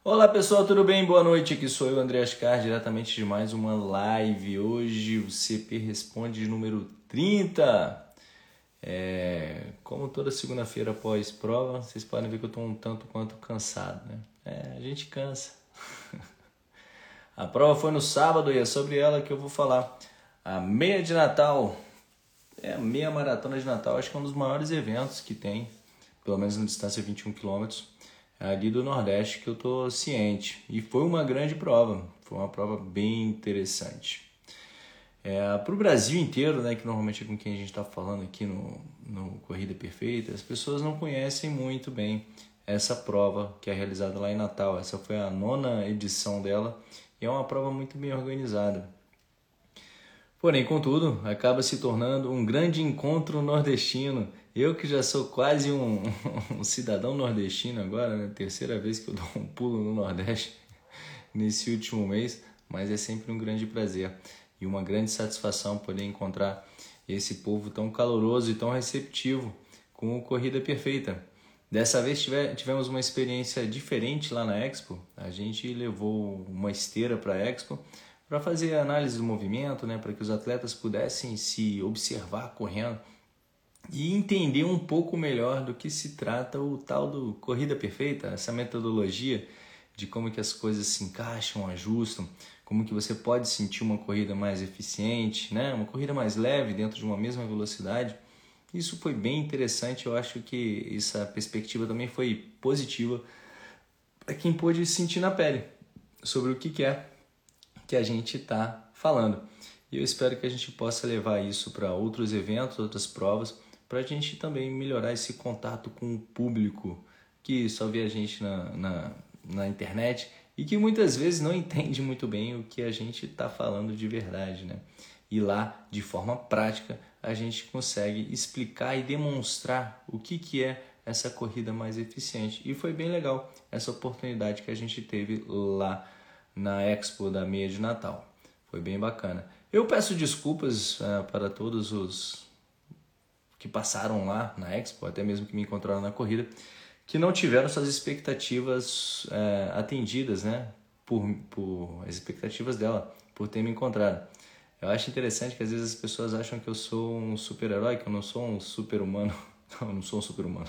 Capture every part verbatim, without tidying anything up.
Olá pessoal, tudo bem? Boa noite, aqui sou eu, André Ascar, diretamente de mais uma live. Hoje o C P Responde número trinta. É, como toda segunda-feira após prova, vocês podem ver que eu estou um tanto quanto cansado, né? É, a gente cansa. A prova foi no sábado e é sobre ela que eu vou falar. A meia de Natal, é a meia maratona de Natal, acho que é um dos maiores eventos que tem, pelo menos na distância de vinte e um quilômetros. Ali do Nordeste que eu tô ciente. E foi uma grande prova, foi uma prova bem interessante. É, para o Brasil inteiro, né, que normalmente é com quem a gente está falando aqui no, no Corrida Perfeita, as pessoas não conhecem muito bem essa prova que é realizada lá em Natal. Essa foi a nona edição dela e é uma prova muito bem organizada. Porém, contudo, acaba se tornando um grande encontro nordestino. Eu que já sou quase um, um cidadão nordestino agora, né? Terceira vez que eu dou um pulo no Nordeste nesse último mês, mas é sempre um grande prazer e uma grande satisfação poder encontrar esse povo tão caloroso e tão receptivo com o Corrida Perfeita. Dessa vez tivemos uma experiência diferente lá na Expo. A gente levou uma esteira para a Expo para fazer a análise do movimento, né, para que os atletas pudessem se observar correndo e entender um pouco melhor do que se trata o tal do Corrida Perfeita, essa metodologia de como que as coisas se encaixam, ajustam, como que você pode sentir uma corrida mais eficiente, né, uma corrida mais leve dentro de uma mesma velocidade. Isso foi bem interessante, eu acho que essa perspectiva também foi positiva para quem pôde sentir na pele sobre o que é que a gente está falando. E eu espero que a gente possa levar isso para outros eventos, outras provas, para a gente também melhorar esse contato com o público que só vê a gente na, na, na internet e que muitas vezes não entende muito bem o que a gente está falando de verdade, né? E lá, de forma prática, a gente consegue explicar e demonstrar o que, que é essa corrida mais eficiente. E foi bem legal essa oportunidade que a gente teve lá na Expo da Meia de Natal. Foi bem bacana. Eu peço desculpas uh, para todos os que passaram lá na Expo, até mesmo que me encontraram na corrida, que não tiveram suas expectativas uh, atendidas, né? Por, por as expectativas dela, por ter me encontrado. Eu acho interessante que às vezes as pessoas acham que eu sou um super-herói, que eu não sou um super-humano. Não, eu não sou um super-humano.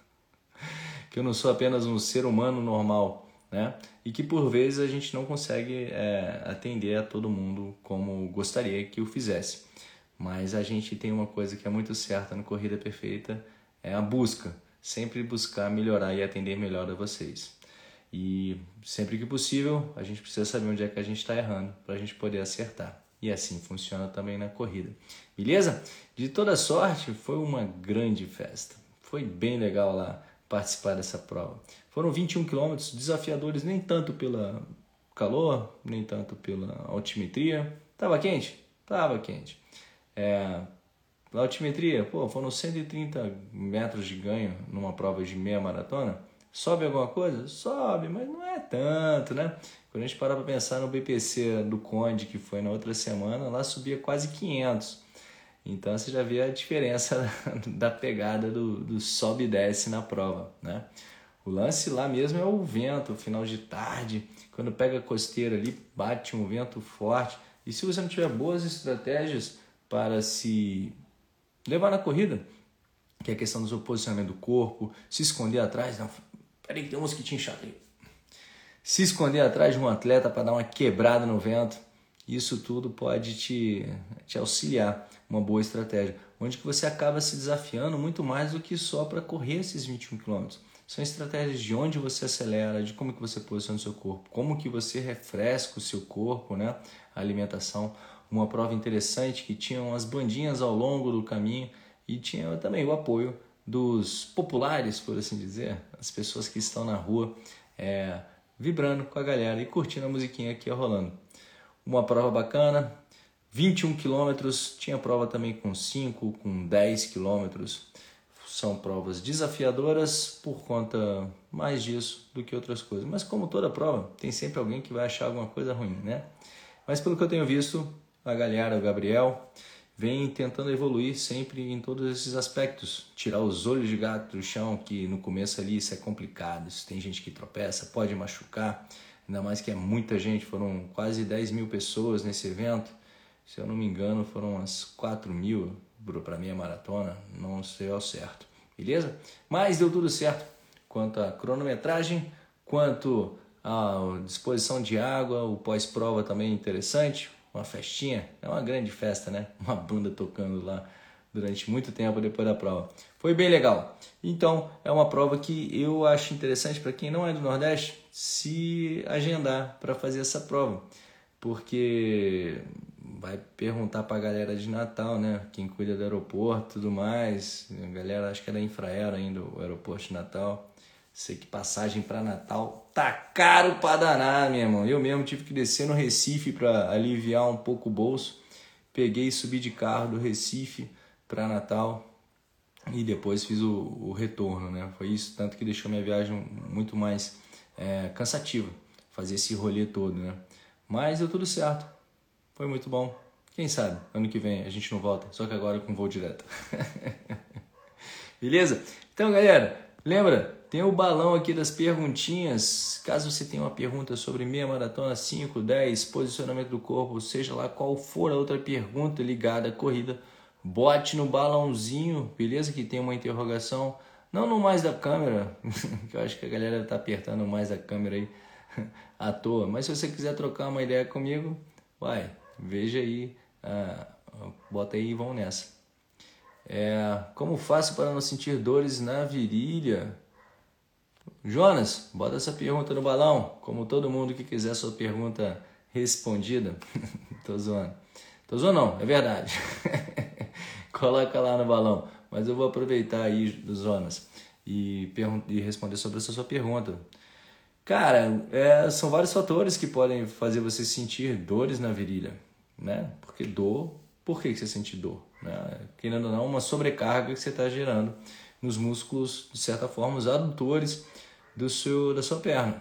Que eu não sou apenas um ser humano normal, né? E que por vezes a gente não consegue é, atender a todo mundo como gostaria que o fizesse. Mas a gente tem uma coisa que é muito certa no Corrida Perfeita, é a busca. Sempre buscar melhorar e atender melhor a vocês. E sempre que possível, a gente precisa saber onde é que a gente está errando para a gente poder acertar. E assim funciona também na corrida. Beleza? De toda sorte, foi uma grande festa. Foi bem legal lá participar dessa prova. Foram vinte e um quilômetros desafiadores, nem tanto pelo calor, nem tanto pela altimetria. Tava quente? Tava quente. É, a altimetria, pô, foram cento e trinta metros de ganho numa prova de meia maratona. Sobe alguma coisa? Sobe, mas não é tanto, né? Quando a gente parar para pensar no B P C do Conde, que foi na outra semana, lá subia quase quinhentos. Então você já vê a diferença da pegada do, do sobe e desce na prova, né? O lance lá mesmo é o vento, final de tarde, quando pega a costeira ali, bate um vento forte. E se você não tiver boas estratégias para se levar na corrida, que é a questão do seu posicionamento do corpo, se esconder atrás, não, peraí que tem um mosquitinho chato aí. Se esconder atrás de um atleta para dar uma quebrada no vento, isso tudo pode te, te auxiliar, uma boa estratégia, onde que você acaba se desafiando muito mais do que só para correr esses vinte e um quilômetros. São estratégias de onde você acelera, de como que você posiciona o seu corpo, como que você refresca o seu corpo, né? A alimentação. Uma prova interessante que tinha umas bandinhas ao longo do caminho e tinha também o apoio dos populares, por assim dizer, as pessoas que estão na rua é, vibrando com a galera e curtindo a musiquinha que ia rolando. Uma prova bacana, vinte e um quilômetros, tinha prova também com cinco, com dez quilômetros. São provas desafiadoras por conta mais disso do que outras coisas. Mas como toda prova, tem sempre alguém que vai achar alguma coisa ruim, né? Mas pelo que eu tenho visto, a galera, o Gabriel vem tentando evoluir sempre em todos esses aspectos. Tirar os olhos de gato do chão, que no começo ali isso é complicado. Isso tem gente que tropeça, pode machucar. Ainda mais que é muita gente, foram quase dez mil pessoas nesse evento. Se eu não me engano, foram umas quatro mil para a minha maratona, não sei ao certo. Beleza? Mas deu tudo certo. Quanto à cronometragem, quanto à disposição de água, o pós-prova também é interessante. Uma festinha, é uma grande festa, né? Uma banda tocando lá durante muito tempo depois da prova. Foi bem legal. Então, é uma prova que eu acho interessante para quem não é do Nordeste se agendar para fazer essa prova. Porque vai perguntar para a galera de Natal, né? Quem cuida do aeroporto e tudo mais. A galera, acho que é da Infraero ainda, o aeroporto de Natal. Sei que passagem para Natal tá caro para danar, meu irmão. Eu mesmo tive que descer no Recife para aliviar um pouco o bolso. Peguei e subi de carro do Recife para Natal e depois fiz o, o retorno, né? Foi isso, tanto que deixou minha viagem muito mais é, cansativa, fazer esse rolê todo, né? Mas deu tudo certo, foi muito bom. Quem sabe, ano que vem a gente não volta, só que agora com voo direto. Beleza? Então, galera, lembra? Tem o balão aqui das perguntinhas. Caso você tenha uma pergunta sobre meia maratona, cinco, dez, posicionamento do corpo, seja lá qual for a outra pergunta ligada à corrida, bote no balãozinho, beleza? Que tem uma interrogação. Não no mais da câmera, que eu acho que a galera está apertando mais a câmera aí à toa. Mas se você quiser trocar uma ideia comigo, vai, veja aí, ah, bota aí e vão nessa. É, como faço para não sentir dores na virilha? Jonas, bota essa pergunta no balão, como todo mundo que quiser sua pergunta respondida. Tô zoando. Tô zoando não, é verdade. Coloca lá no balão. Mas eu vou aproveitar aí do Jonas e, e responder sobre essa sua pergunta. Cara, é, são vários fatores que podem fazer você sentir dores na virilha, né? Porque dor, por que você sente dor? Né? Querendo ou não, uma sobrecarga que você está gerando nos músculos, de certa forma, os adutores do seu, da sua perna.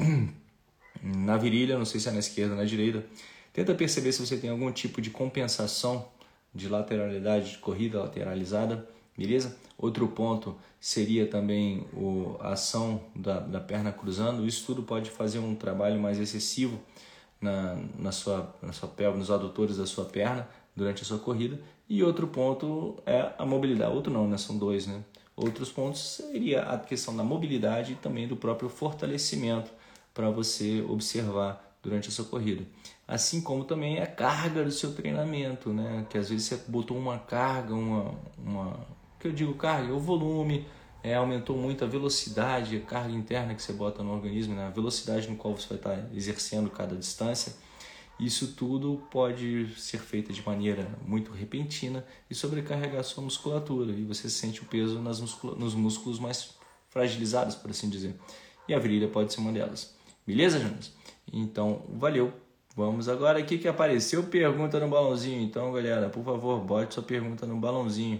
Na virilha, não sei se é na esquerda ou na direita. Tenta perceber se você tem algum tipo de compensação de lateralidade, de corrida lateralizada, beleza? Outro ponto seria também o, a ação da, da perna cruzando. Isso tudo pode fazer um trabalho mais excessivo na, na sua, na sua pelve, nos adutores da sua perna durante a sua corrida. E outro ponto é a mobilidade. Outro não, né? São dois, né? Outros pontos seria a questão da mobilidade e também do próprio fortalecimento para você observar durante a sua corrida. Assim como também a carga do seu treinamento, né? Que às vezes você botou uma carga, uma, uma que eu digo carga, o volume, é, aumentou muito a velocidade, a carga interna que você bota no organismo, né? A velocidade no qual você vai estar exercendo cada distância. Isso tudo pode ser feito de maneira muito repentina e sobrecarregar a sua musculatura. E você sente o peso nas muscula- nos músculos mais fragilizados, por assim dizer. E a virilha pode ser uma delas. Beleza, Jonas? Então, valeu. Vamos agora aqui que apareceu pergunta no balãozinho. Então, galera, por favor, bote sua pergunta no balãozinho.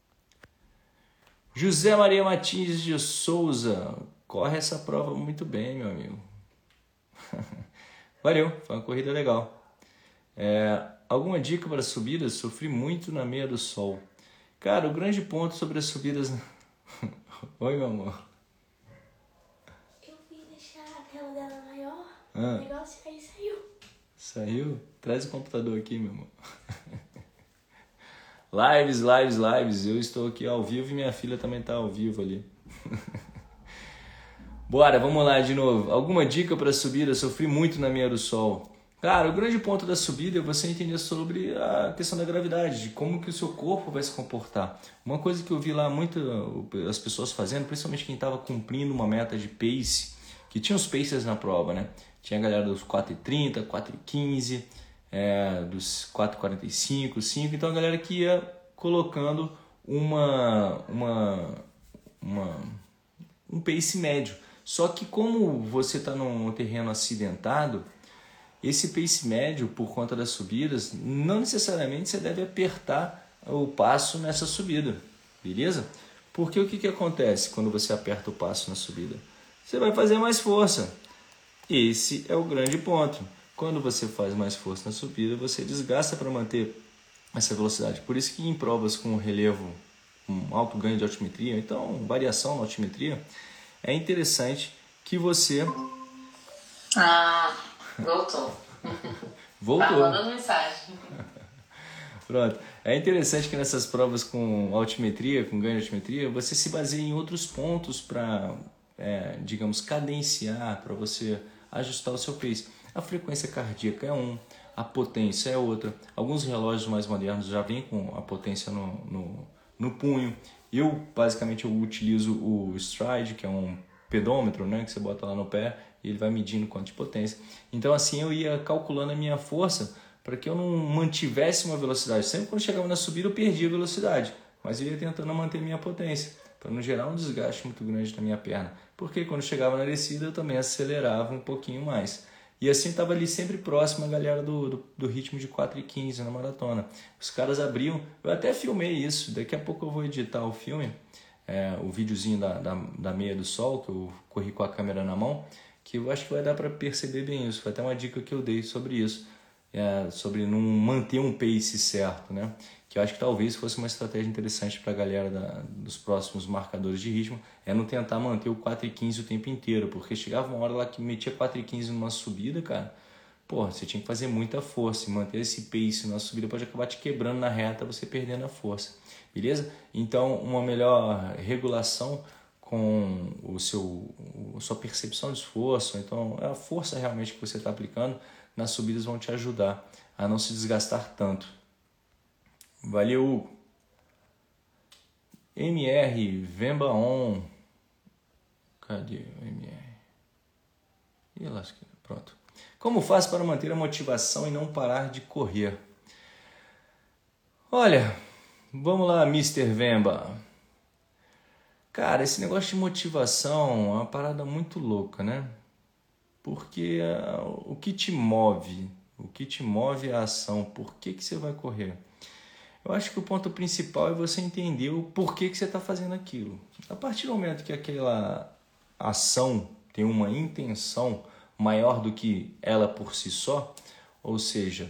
José Maria Martins de Souza. Corre essa prova muito bem, meu amigo. Valeu, foi uma corrida legal. É, alguma dica para subidas? Sofri muito na meia do sol. Cara, o grande ponto sobre as subidas... Oi, meu amor. Eu fui deixar a tela dela maior, Ah. o negócio aí saiu. Saiu? Traz o computador aqui, meu amor. Lives, lives, lives. Eu estou aqui ao vivo e minha filha também está ao vivo ali. Bora, vamos lá de novo. Alguma dica para subida? Sofri muito na meia do sol. Cara, o grande ponto da subida é você entender sobre a questão da gravidade, de como que o seu corpo vai se comportar. Uma coisa que eu vi lá muito as pessoas fazendo, principalmente quem estava cumprindo uma meta de pace, que tinha os pacers na prova, né? Tinha a galera dos quatro e trinta, quatro e quinze, é, dos quatro e quarenta e cinco, cinco. Então a galera que ia colocando uma, uma, uma, um pace médio. Só que como você está num terreno acidentado, esse pace médio, por conta das subidas, não necessariamente você deve apertar o passo nessa subida, beleza? Porque o que, que acontece quando você aperta o passo na subida? Você vai fazer mais força. Esse é o grande ponto. Quando você faz mais força na subida, você desgasta para manter essa velocidade. Por isso que em provas com relevo, com alto ganho de altimetria, então variação na altimetria, é interessante que você... Ah, voltou. Voltou. Tá mandando mensagem. Pronto. É interessante que nessas provas com altimetria, com ganho de altimetria, você se baseia em outros pontos para, é, digamos, cadenciar, para você ajustar o seu pace. A frequência cardíaca é um, a potência é outra. Alguns relógios mais modernos já vêm com a potência no, no, no punho. Eu, basicamente, eu utilizo o Stride, que é um pedômetro, né, que você bota lá no pé e ele vai medindo quanto de potência. Então, assim, eu ia calculando a minha força para que eu não mantivesse uma velocidade. Sempre quando chegava na subida eu perdia a velocidade, mas eu ia tentando manter minha potência, para não gerar um desgaste muito grande na minha perna. Porque quando chegava na descida eu também acelerava um pouquinho mais. E assim estava ali sempre próximo a galera do, do, do ritmo de quatro e quinze na maratona. Os caras abriam, eu até filmei isso, daqui a pouco eu vou editar o filme, é, o videozinho da, da, da meia do sol, que eu corri com a câmera na mão, que eu acho que vai dar para perceber bem isso. Foi até uma dica que eu dei sobre isso. É, sobre não manter um pace certo, né? Que eu acho que talvez fosse uma estratégia interessante para a galera da, dos próximos marcadores de ritmo, é não tentar manter o quatro e quinze o tempo inteiro, porque chegava uma hora lá que metia quatro e quinze numa subida, cara, porra, você tinha que fazer muita força, e manter esse pace na subida pode acabar te quebrando na reta, você perdendo a força, beleza? Então, uma melhor regulação com o seu, a sua percepção de esforço, então a força realmente que você está aplicando nas subidas vão te ajudar a não se desgastar tanto. Valeu, Hugo. M R, Vemba On. Cadê o M R? Ih, lasqueira. Pronto. Como faz para manter a motivação e não parar de correr? Olha, vamos lá, mister Vemba. Cara, esse negócio de motivação é uma parada muito louca, né? Porque uh, o que te move, o que te move é a ação, por que, que você vai correr? Eu acho que o ponto principal é você entender o porquê que você está fazendo aquilo. A partir do momento que aquela ação tem uma intenção maior do que ela por si só, ou seja,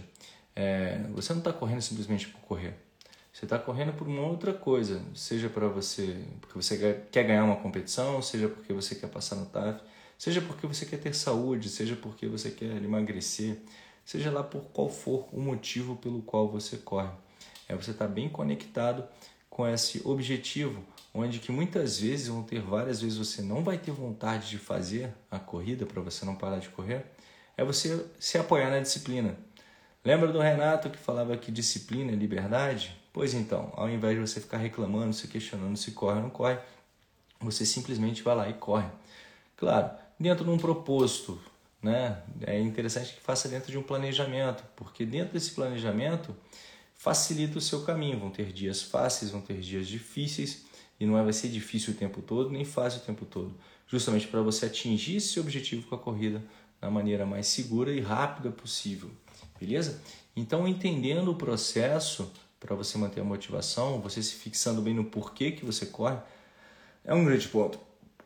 é, você não está correndo simplesmente por correr. Você está correndo por uma outra coisa, seja para você, porque você quer ganhar uma competição, seja porque você quer passar no T A F, seja porque você quer ter saúde, seja porque você quer emagrecer, seja lá por qual for o motivo pelo qual você corre. É você estar bem conectado com esse objetivo, onde que muitas vezes vão ter várias vezes você não vai ter vontade de fazer a corrida para você não parar de correr, é você se apoiar na disciplina. Lembra do Renato que falava que disciplina é liberdade? Pois então, ao invés de você ficar reclamando, se questionando se corre ou não corre, você simplesmente vai lá e corre. Claro, dentro de um proposto, né? É interessante que faça dentro de um planejamento, porque dentro desse planejamento facilita o seu caminho. Vão ter dias fáceis, vão ter dias difíceis, e não vai ser difícil o tempo todo, nem fácil o tempo todo. Justamente para você atingir esse objetivo com a corrida da maneira mais segura e rápida possível. Beleza? Então, entendendo o processo para você manter a motivação, você se fixando bem no porquê que você corre, é um grande ponto.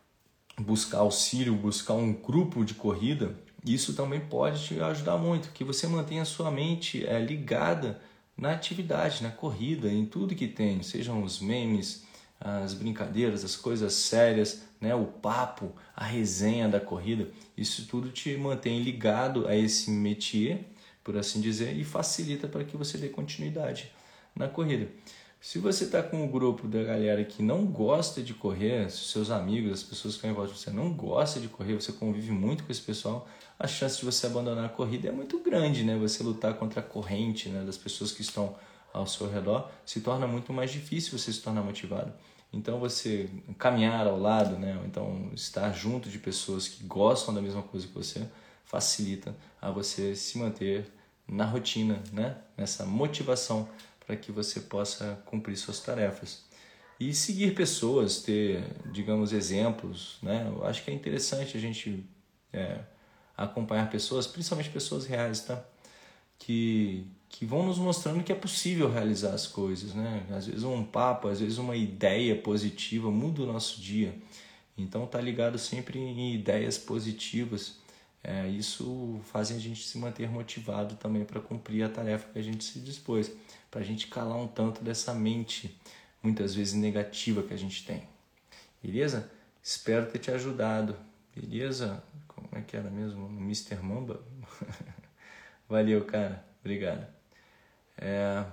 Buscar auxílio, buscar um grupo de corrida, isso também pode te ajudar muito, que você mantenha a sua mente é, ligada na atividade, na corrida, em tudo que tem, sejam os memes, as brincadeiras, as coisas sérias, né, o papo, a resenha da corrida, isso tudo te mantém ligado a esse métier, por assim dizer, e facilita para que você dê continuidade na corrida. Se você está com um grupo da galera que não gosta de correr, se seus amigos, as pessoas que estão em volta de você não gostam de correr, você convive muito com esse pessoal, a chance de você abandonar a corrida é muito grande, né? Você lutar contra a corrente, né, das pessoas que estão ao seu redor se torna muito mais difícil você se tornar motivado. Então você caminhar ao lado, né, ou então estar junto de pessoas que gostam da mesma coisa que você, facilita a você se manter na rotina, né, nessa motivação para que você possa cumprir suas tarefas. E seguir pessoas, ter, digamos, exemplos, né? Eu acho que é interessante a gente é, acompanhar pessoas, principalmente pessoas reais, tá? Que, que vão nos mostrando que é possível realizar as coisas, né? Às vezes um papo, às vezes uma ideia positiva muda o nosso dia. Então tá ligado sempre em ideias positivas. É, isso faz a gente se manter motivado também para cumprir a tarefa que a gente se dispôs. para a gente calar um tanto dessa mente, muitas vezes negativa que a gente tem. Beleza? Espero ter te ajudado. Beleza? Como é que era mesmo? No mister Mamba? Valeu, cara. Obrigado. É...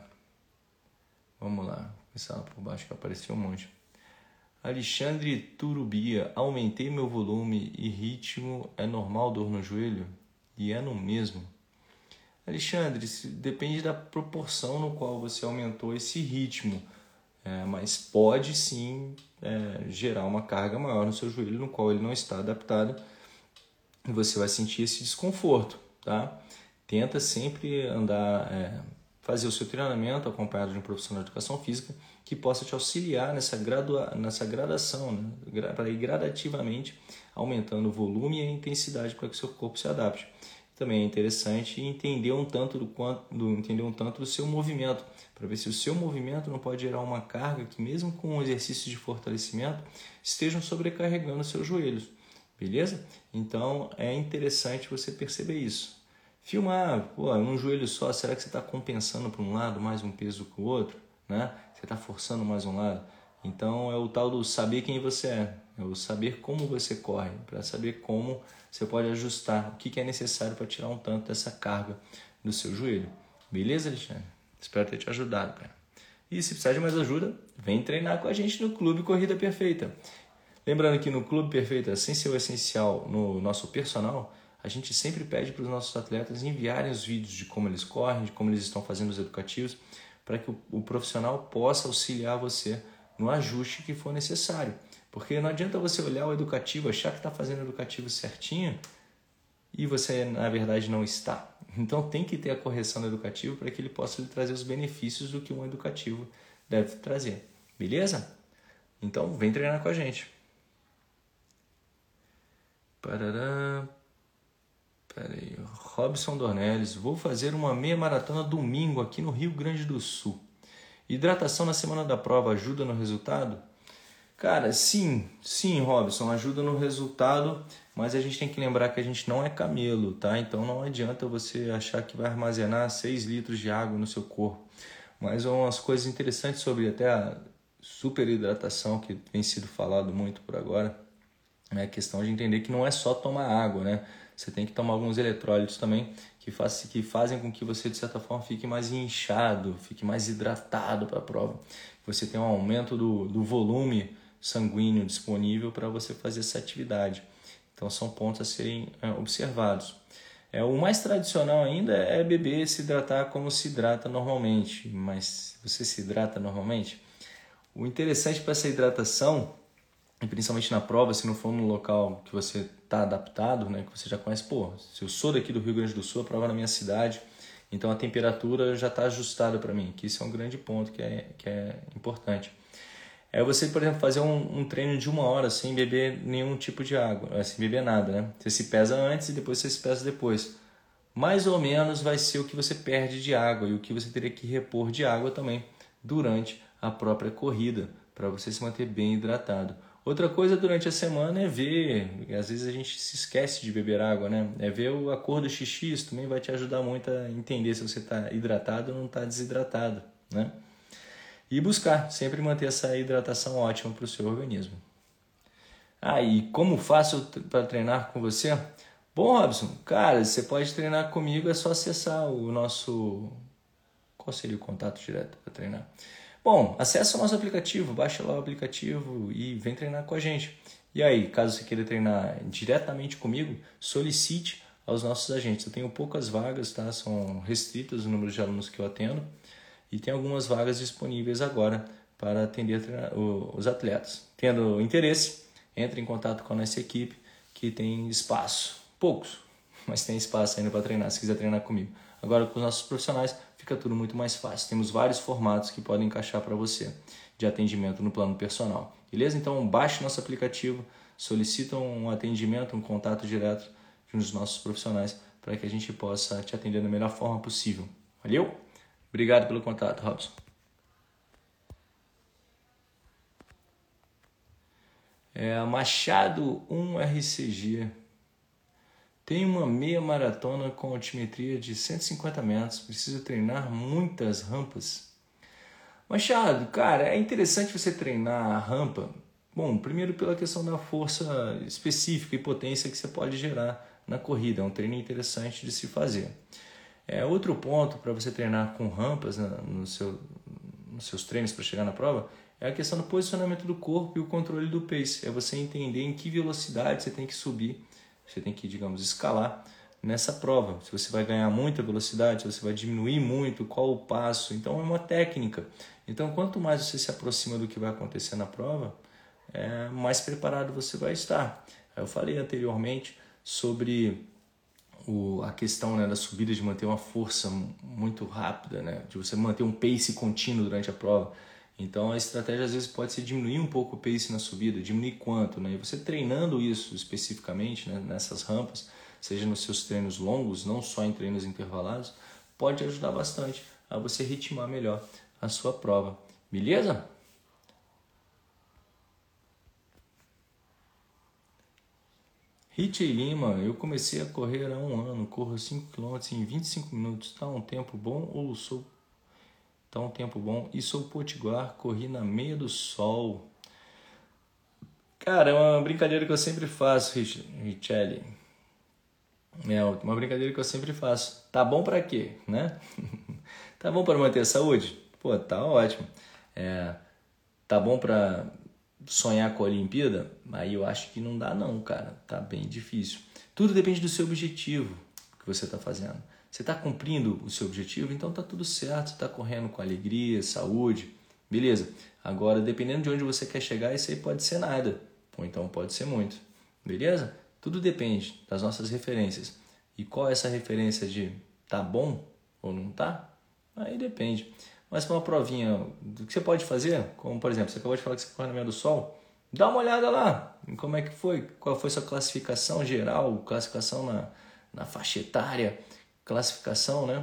Vamos lá. Começar lá por baixo que apareceu um monte. Alexandre Turubia. Aumentei meu volume e ritmo. É normal dor no joelho? E é no mesmo. Alexandre, depende da proporção no qual você aumentou esse ritmo. É, mas pode sim é, gerar uma carga maior no seu joelho, no qual ele não está adaptado, e você vai sentir esse desconforto, tá? Tenta sempre andar, é, fazer o seu treinamento acompanhado de um profissional de educação física que possa te auxiliar nessa, gradua, nessa gradação, né? Para ir gradativamente aumentando o volume e a intensidade para que o seu corpo se adapte. Também é interessante entender um tanto do, quanto, do, entender um tanto do seu movimento, para ver se o seu movimento não pode gerar uma carga que, mesmo com exercícios de fortalecimento, estejam sobrecarregando os seus joelhos, beleza? Então, é interessante você perceber isso. Filmar, pô, um joelho só, será que você está compensando para um lado mais um peso que o outro? Né? Você está forçando mais um lado? Então, é o tal do saber quem você é, é o saber como você corre, para saber como você pode ajustar o que é necessário para tirar um tanto dessa carga do seu joelho. Beleza, Alexandre? Espero ter te ajudado, cara. E se precisar de mais ajuda, vem treinar com a gente no Clube Corrida Perfeita. Lembrando que no Clube Perfeita, sem ser o essencial no nosso personal, a gente sempre pede para os nossos atletas enviarem os vídeos de como eles correm, de como eles estão fazendo os educativos, para que o, o profissional possa auxiliar você no ajuste que for necessário. Porque não adianta você olhar o educativo, achar que está fazendo o educativo certinho e você, na verdade, não está. Então tem que ter a correção do educativo para que ele possa lhe trazer os benefícios do que um educativo deve trazer. Beleza? Então vem treinar com a gente. Parará. Pera aí. Robson Dornelles. Vou fazer uma meia maratona domingo aqui no Rio Grande do Sul. Hidratação na semana da prova ajuda no resultado? Cara, sim, sim, Robson, ajuda no resultado, mas a gente tem que lembrar que a gente não é camelo, tá? Então não adianta você achar que vai armazenar seis litros de água no seu corpo. Mas umas coisas interessantes sobre até a superidratação, que tem sido falado muito por agora, é a questão de entender que não é só tomar água, né? Você tem que tomar alguns eletrólitos também que, faz, que fazem com que você, de certa forma, fique mais inchado, fique mais hidratado para a prova. Você tem um aumento do, do volume sanguíneo disponível para você fazer essa atividade. Então são pontos a serem é, observados. É, o mais tradicional ainda é beber, se hidratar como se hidrata normalmente. Mas você se hidrata normalmente? O interessante para essa hidratação, e principalmente na prova, se não for no local que você está adaptado, né, que você já conhece, pô, se eu sou daqui do Rio Grande do Sul, a prova é na minha cidade, então a temperatura já está ajustada para mim, que isso é um grande ponto que é, que é importante. É você, por exemplo, fazer um, um treino de uma hora sem beber nenhum tipo de água, sem beber nada, né? Você se pesa antes e depois você se pesa depois. Mais ou menos vai ser o que você perde de água e o que você teria que repor de água também durante a própria corrida, para você se manter bem hidratado. Outra coisa durante a semana é ver, às vezes a gente se esquece de beber água, né? É ver a cor do xixi, isso também vai te ajudar muito a entender se você está hidratado ou não está desidratado, né? E buscar sempre manter essa hidratação ótima para o seu organismo. Ah, e como faço para treinar com você? Bom, Robson, cara, você pode treinar comigo, é só acessar o nosso... Qual seria o contato direto para treinar? Bom, acessa o nosso aplicativo, baixa lá o aplicativo e vem treinar com a gente. E aí, caso você queira treinar diretamente comigo, solicite aos nossos agentes. Eu tenho poucas vagas, tá? São restritas o número de alunos que eu atendo. E tem algumas vagas disponíveis agora para atender os atletas. Tendo interesse, entre em contato com a nossa equipe, que tem espaço. Poucos, mas tem espaço ainda para treinar, se quiser treinar comigo. Agora, com os nossos profissionais, fica tudo muito mais fácil. Temos vários formatos que podem encaixar para você de atendimento no plano personal. Beleza? Então, baixe nosso aplicativo, solicita um atendimento, um contato direto de um dos nossos profissionais para que a gente possa te atender da melhor forma possível. Valeu? Obrigado pelo contato, Robson. É, Machado um R C G. Tem uma meia maratona com altimetria de cento e cinquenta metros. Preciso treinar muitas rampas. Machado, cara, é interessante você treinar a rampa. Bom, primeiro pela questão da força específica e potência que você pode gerar na corrida. É um treino interessante de se fazer. É, outro ponto para você treinar com rampas na, no seu, nos seus treinos para chegar na prova é a questão do posicionamento do corpo e o controle do pace. É você entender em que velocidade você tem que subir, você tem que, digamos, escalar nessa prova. Se você vai ganhar muita velocidade, se você vai diminuir muito, qual o passo. Então é uma técnica. Então quanto mais você se aproxima do que vai acontecer na prova, é, mais preparado você vai estar. Eu falei anteriormente sobre o, a questão, né, da subida, de manter uma força muito rápida, né, de você manter um pace contínuo durante a prova. Então a estratégia às vezes pode ser diminuir um pouco o pace na subida, diminuir quanto, né? E você treinando isso especificamente, né, nessas rampas, seja nos seus treinos longos, não só em treinos intervalados, pode ajudar bastante a você ritmar melhor a sua prova. Beleza? Richie Lima, eu comecei a correr há um ano, corro cinco quilômetros em vinte e cinco minutos. Tá um tempo bom ou sou... Tá um tempo bom e sou potiguar, corri na meia do sol. Cara, é uma brincadeira que eu sempre faço, Richelli. É uma brincadeira que eu sempre faço. Tá bom pra quê, né? Tá bom pra manter a saúde? Pô, tá ótimo. É, tá bom pra sonhar com a Olimpíada? Aí eu acho que não dá não, cara. Tá bem difícil. Tudo depende do seu objetivo que você tá fazendo. Você está cumprindo o seu objetivo, então está tudo certo, você está correndo com alegria, saúde, beleza. Agora, dependendo de onde você quer chegar, isso aí pode ser nada, ou então pode ser muito, beleza? Tudo depende das nossas referências. E qual é essa referência de tá bom ou não tá? Aí depende. Mas para uma provinha, o que você pode fazer, como por exemplo, você acabou de falar que você corre na meia do sol, dá uma olhada lá em como é que foi, qual foi sua classificação geral, classificação na, na faixa etária, classificação, né?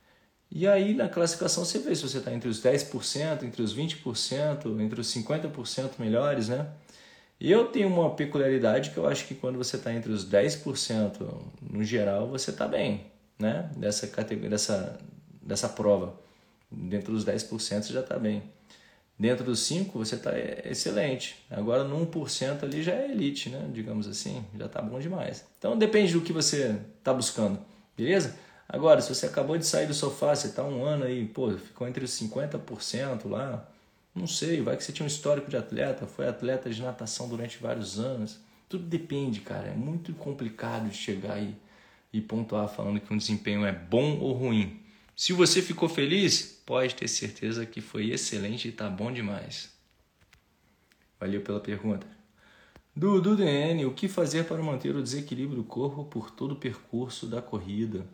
E aí na classificação você vê se você está entre os dez por cento, entre os vinte por cento, entre os cinquenta por cento melhores, né? E eu tenho uma peculiaridade que eu acho que quando você está entre os dez por cento no geral, você está bem, né? Dessa categoria, dessa, dessa prova. Dentro dos dez por cento você já está bem. Dentro dos cinco por cento você está excelente. Agora no um por cento ali já é elite, né? Digamos assim, já está bom demais. Então depende do que você está buscando, beleza? Agora, se você acabou de sair do sofá, você está um ano aí, pô, ficou entre os cinquenta por cento lá, não sei, vai que você tinha um histórico de atleta, foi atleta de natação durante vários anos. Tudo depende, cara, é muito complicado de chegar aí e pontuar falando que um desempenho é bom ou ruim. Se você ficou feliz, pode ter certeza que foi excelente e tá bom demais. Valeu pela pergunta. Dudu D N, o que fazer para manter o desequilíbrio do corpo por todo o percurso da corrida?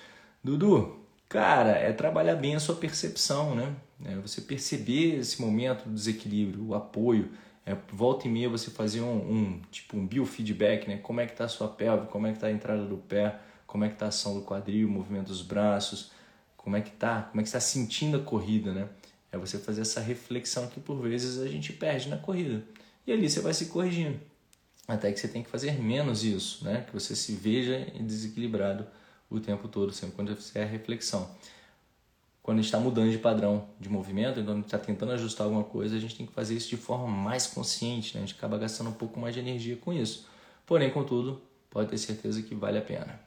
Dudu, cara, é trabalhar bem a sua percepção, né? É você perceber esse momento do desequilíbrio, o apoio. É, volta e meia você fazer um, um tipo um biofeedback, né? Como é que está a sua pelve, como é que está a entrada do pé, como é que está a ação do quadril, o movimento dos braços, como é que está, como é que está sentindo a corrida, né? É você fazer essa reflexão que por vezes a gente perde na corrida. E ali você vai se corrigindo. Até que você tem que fazer menos isso, né? Que você se veja desequilibrado o tempo todo, sempre quando você fizer a reflexão. Quando a gente está mudando de padrão de movimento, então a gente está tentando ajustar alguma coisa, a gente tem que fazer isso de forma mais consciente, né? A gente acaba gastando um pouco mais de energia com isso. Porém, contudo, pode ter certeza que vale a pena.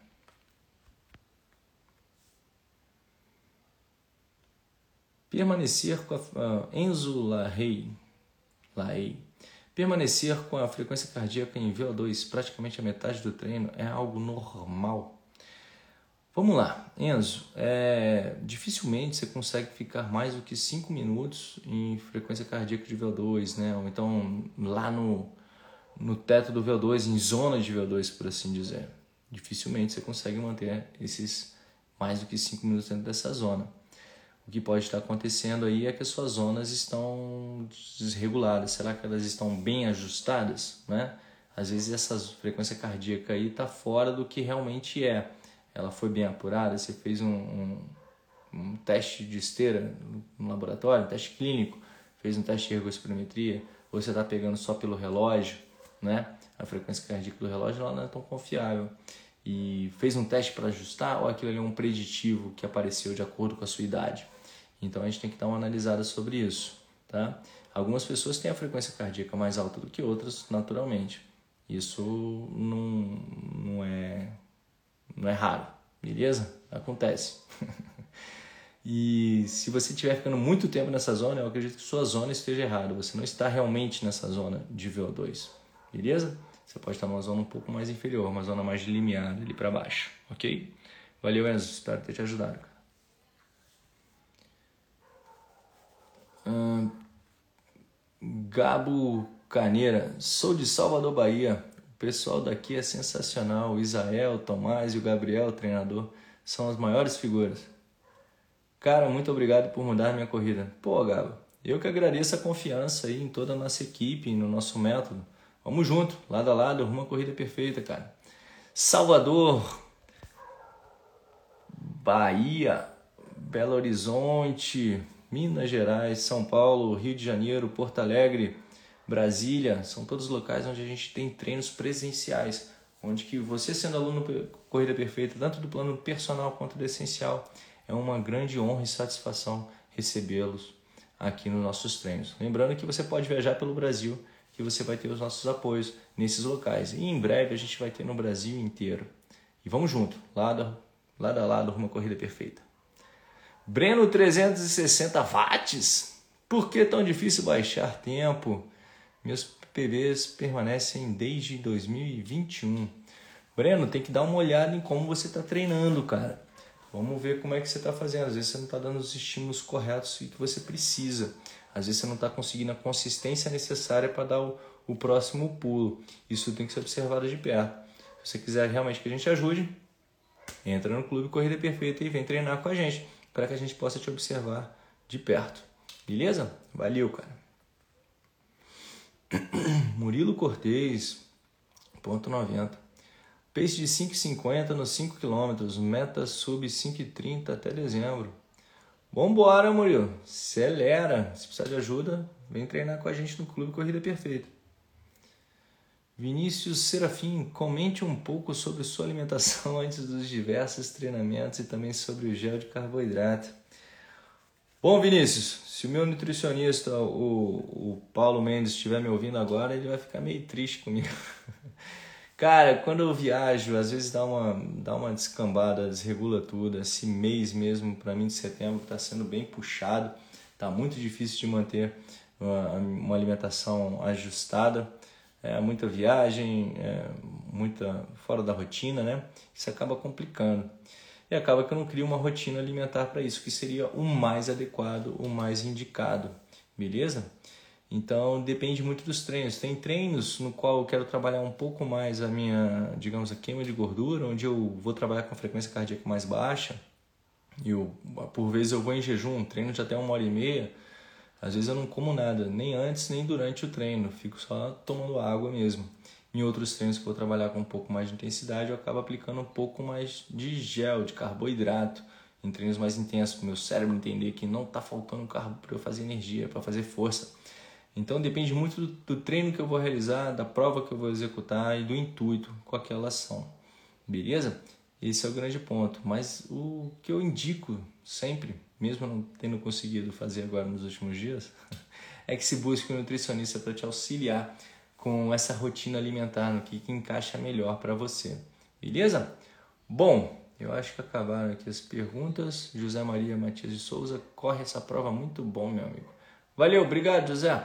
Permanecer com a uh, Enzo Larrey, Larrey. Permanecer com a frequência cardíaca em V O dois praticamente a metade do treino é algo normal. Vamos lá, Enzo, é, dificilmente você consegue ficar mais do que cinco minutos em frequência cardíaca de V O dois, né? Ou então lá no, no teto do V O dois, em zona de V O dois, por assim dizer. Dificilmente você consegue manter esses mais do que cinco minutos dentro dessa zona. O que pode estar acontecendo aí é que as suas zonas estão desreguladas. Será que elas estão bem ajustadas, né? Às vezes essa frequência cardíaca aí está fora do que realmente é. Ela foi bem apurada, você fez um, um, um teste de esteira no laboratório, um teste clínico, fez um teste de ergospirometria, ou você está pegando só pelo relógio, né? A frequência cardíaca do relógio ela não é tão confiável. e fez um teste para ajustar, ou aquilo ali é um preditivo que apareceu de acordo com a sua idade. Então a gente tem que dar uma analisada sobre isso, tá? Algumas pessoas têm a frequência cardíaca mais alta do que outras, naturalmente. Isso não, não, é, não é raro, beleza? Acontece. E se você estiver ficando muito tempo nessa zona, eu acredito que sua zona esteja errada. Você não está realmente nessa zona de V O dois, beleza? Você pode estar numa zona um pouco mais inferior, uma zona mais de limiar ali para baixo, ok? Valeu, Enzo. Espero ter te ajudado. Hum, Gabo Caneira. Sou de Salvador, Bahia. O pessoal daqui é sensacional. O Isael, o Tomás e o Gabriel, o treinador, são as maiores figuras. Cara, muito obrigado por mudar a minha corrida. Pô, Gabo, eu que agradeço a confiança aí em toda a nossa equipe, no nosso método. Vamos junto, lado a lado, uma corrida perfeita, cara. Salvador, Bahia, Belo Horizonte, Minas Gerais, São Paulo, Rio de Janeiro, Porto Alegre, Brasília, são todos locais onde a gente tem treinos presenciais, onde que você sendo aluno Corrida Perfeita, tanto do plano personal quanto do essencial, é uma grande honra e satisfação recebê-los aqui nos nossos treinos. Lembrando que você pode viajar pelo Brasil, que você vai ter os nossos apoios nesses locais. E em breve a gente vai ter no Brasil inteiro. E vamos junto, lado, lado a lado, uma corrida perfeita. Breno trezentos e sessenta watts. Por que tão difícil baixar tempo? Meus P Bs permanecem desde dois mil e vinte e um. Breno, tem que dar uma olhada em como você está treinando, cara. Vamos ver como é que você está fazendo. Às vezes você não está dando os estímulos corretos e que você precisa. Às vezes você não está conseguindo a consistência necessária para dar o, o próximo pulo. Isso tem que ser observado de perto. Se você quiser realmente que a gente ajude, entra no Clube Corrida Perfeita e vem treinar com a gente, para que a gente possa te observar de perto. Beleza? Valeu, cara. Murilo Cortez, ponto noventa. Pace de cinco e cinquenta nos cinco quilômetros, meta sub cinco e trinta até dezembro. Vambora, Murilo. Acelera. Se precisar de ajuda, vem treinar com a gente no Clube Corrida Perfeita. Vinícius Serafim, comente um pouco sobre sua alimentação antes dos diversos treinamentos e também sobre o gel de carboidrato. Bom, Vinícius, se o meu nutricionista, o, o Paulo Mendes, estiver me ouvindo agora, ele vai ficar meio triste comigo. Cara, quando eu viajo, às vezes dá uma, dá uma descambada, desregula tudo. Esse mês mesmo, para mim, de setembro, está sendo bem puxado. Está muito difícil de manter uma, uma alimentação ajustada. É, muita viagem, é, muita fora da rotina, né? Isso acaba complicando. E acaba que eu não crio uma rotina alimentar para isso, que seria o mais adequado, o mais indicado. Beleza? Então, depende muito dos treinos. Tem treinos no qual eu quero trabalhar um pouco mais a minha, digamos, a queima de gordura, onde eu vou trabalhar com frequência cardíaca mais baixa. E eu, por vezes eu vou em jejum, treino de até uma hora e meia. Às vezes eu não como nada, nem antes nem durante o treino. Fico só tomando água mesmo. Em outros treinos que eu vou trabalhar com um pouco mais de intensidade, eu acabo aplicando um pouco mais de gel, de carboidrato. Em treinos mais intensos, para o meu cérebro entender que não está faltando carbo para eu fazer energia, para fazer força. Então depende muito do, do treino que eu vou realizar, da prova que eu vou executar e do intuito com aquela ação. Beleza? Esse é o grande ponto. Mas o que eu indico sempre, mesmo não tendo conseguido fazer agora nos últimos dias, é que se busque um nutricionista para te auxiliar com essa rotina alimentar, no que, que encaixa melhor para você. Beleza? Bom, eu acho que acabaram aqui as perguntas. José Maria Matias de Souza, corre essa prova muito bom, meu amigo. Valeu, obrigado, José.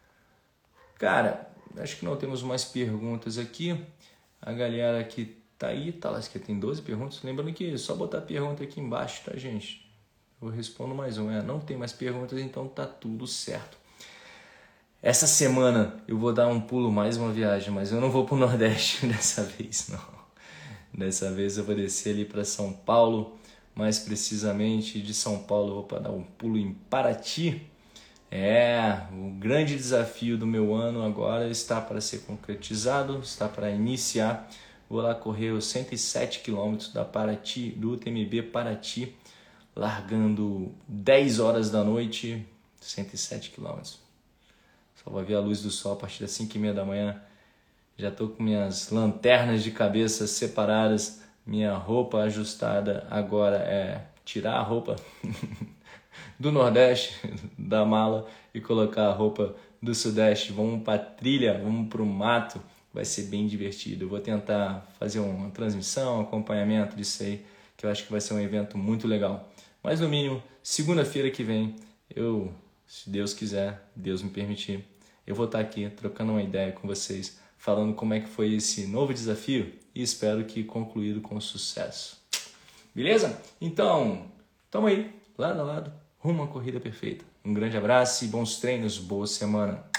Cara, acho que não temos mais perguntas aqui. A galera que tá aí, tá lá, que tem doze perguntas. Lembrando que é só botar a pergunta aqui embaixo, tá, gente? Eu respondo mais um. É, não tem mais perguntas, então tá tudo certo. Essa semana eu vou dar um pulo, mais uma viagem, mas eu não vou pro Nordeste dessa vez, não. Dessa vez eu vou descer ali para São Paulo, mais precisamente de São Paulo eu vou para dar um pulo em Paraty. É, o grande desafio do meu ano agora está para ser concretizado, está para iniciar. Vou lá correr os cento e sete quilômetros da Paraty, do U T M B Paraty, largando dez horas da noite, cento e sete quilômetros. Só vai ver a luz do sol a partir das cinco e meia da manhã. Já tô com minhas lanternas de cabeça separadas, minha roupa ajustada. Agora é tirar a roupa do Nordeste, da mala, e colocar a roupa do Sudeste. Vamos pra trilha, vamos pro mato. Vai ser bem divertido. Eu vou tentar fazer uma transmissão, um acompanhamento disso aí, que eu acho que vai ser um evento muito legal. Mas no mínimo, segunda-feira que vem, eu, se Deus quiser, Deus me permitir, eu vou estar aqui trocando uma ideia com vocês, falando como é que foi esse novo desafio e espero que concluído com sucesso. Beleza? Então, tamo aí, lado a lado, rumo à corrida perfeita. Um grande abraço e bons treinos, boa semana.